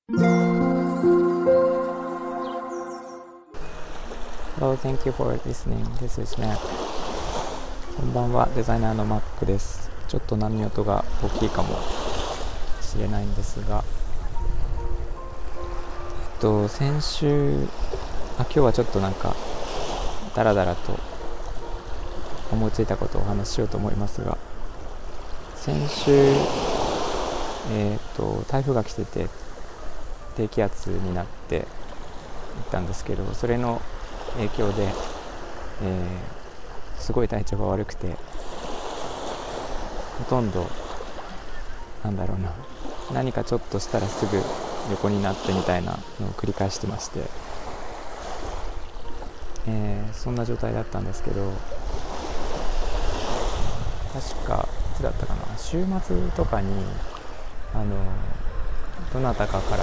Hello, thank you for listening. This is Mac. こんばんは、デザイナーの Mac です。ちょっと波音が大きいかもしれないんですが、先週、今日はちょっとダラダラと思いついたことをお話ししようと思いますが、先週、台風が来てて低気圧になっていったんですけど、それの影響で、すごい体調が悪くて、ほとんど何かちょっとしたらすぐ横になってみたいなのを繰り返してまして、そんな状態だったんですけど、確かいつだったかな、週末とかにどなたかから、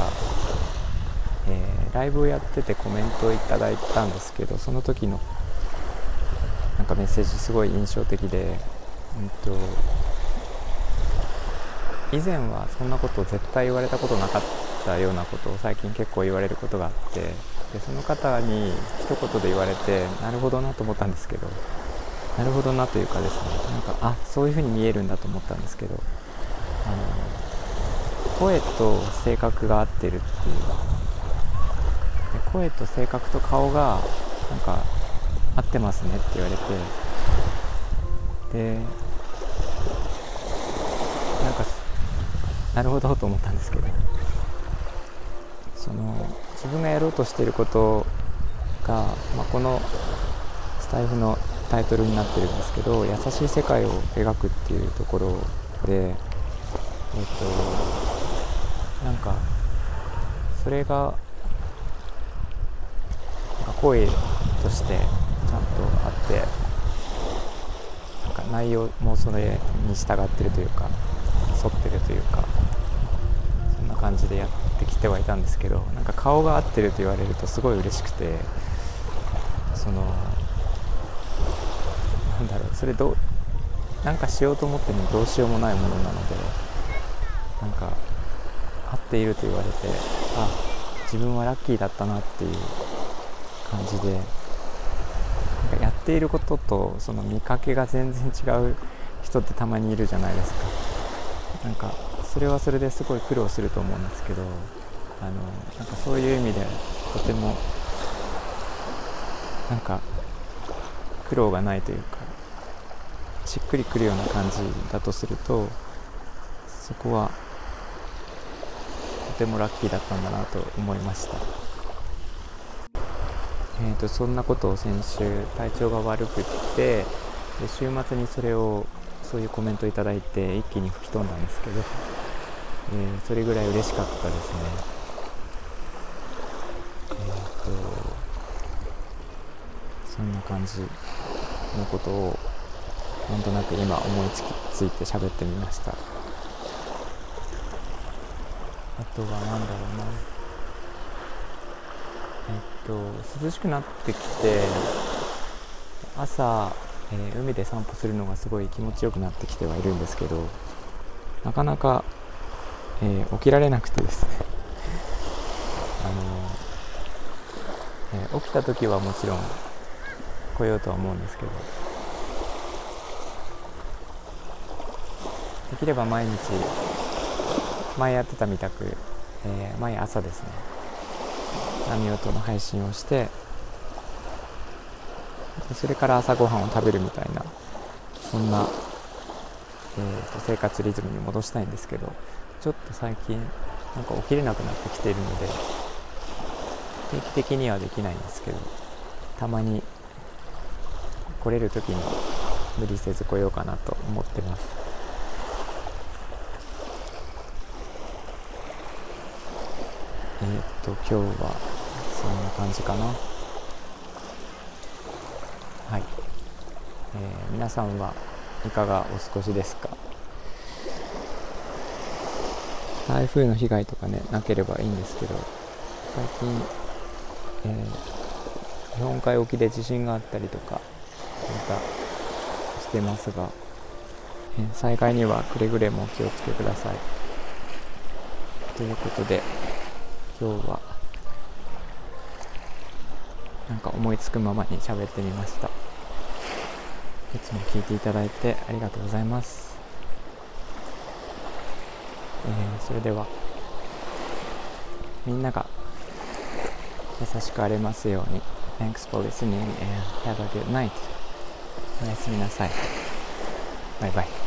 ライブをやっててコメントをいただいたんですけど、その時のメッセージすごい印象的で、以前はそんなことを絶対言われたことなかったようなことを最近結構言われることがあって、でその方に一言で言われてなるほどなと思ったんですけど、なるほどなというかですね、そういう風に見えるんだと思ったんですけど、声と性格が合ってるっていう、声と性格と顔が合ってますねって言われて、でなるほどと思ったんですけど、自分がやろうとしていることが、このスタイフのタイトルになってるんですけど、優しい世界を描くっていうところで、それが声としてちゃんとあって、内容もそれに従ってるというか沿ってるというか、そんな感じでやってきてはいたんですけど、顔が合ってると言われるとすごい嬉しくて、それしようと思ってもどうしようもないものなので、合っていると言われて、自分はラッキーだったなっていう感じで、やっていることとその見かけが全然違う人ってたまにいるじゃないですか。それはそれですごい苦労すると思うんですけど、そういう意味でとても苦労がないというか、しっくりくるような感じだとすると、そこはとてもラッキーだったんだなと思いました。そんなことを先週、体調が悪くって、で週末にそういうコメントいただいて一気に吹き飛んだんですけど、それぐらい嬉しかったですね。そんな感じのことをなんとなく今思いついて喋ってみました。あとは涼しくなってきて朝、海で散歩するのがすごい気持ちよくなってきてはいるんですけど、なかなか、起きられなくてですね起きた時はもちろん来ようとは思うんですけど、できれば毎日前やってたみたく、毎朝ですね、波音の配信をして、それから朝ごはんを食べるみたいな、そんな、生活リズムに戻したいんですけど、ちょっと最近起きれなくなってきているので定期的にはできないんですけど、たまに来れる時に無理せず来ようかなと思ってます。今日はそんな感じかな。はい、皆さんはいかがお過ごしですか？台風の被害とかね、なければいいんですけど、最近、日本海沖で地震があったりとかしてますが、災害にはくれぐれもお気をつけください。ということで、 今日はなんか思いつくままに喋ってみました。いつも聞いていただいてありがとうございます。それではみんなが優しくありますように。 Thanks for listening and have a good night. おやすみなさい。バイバイ。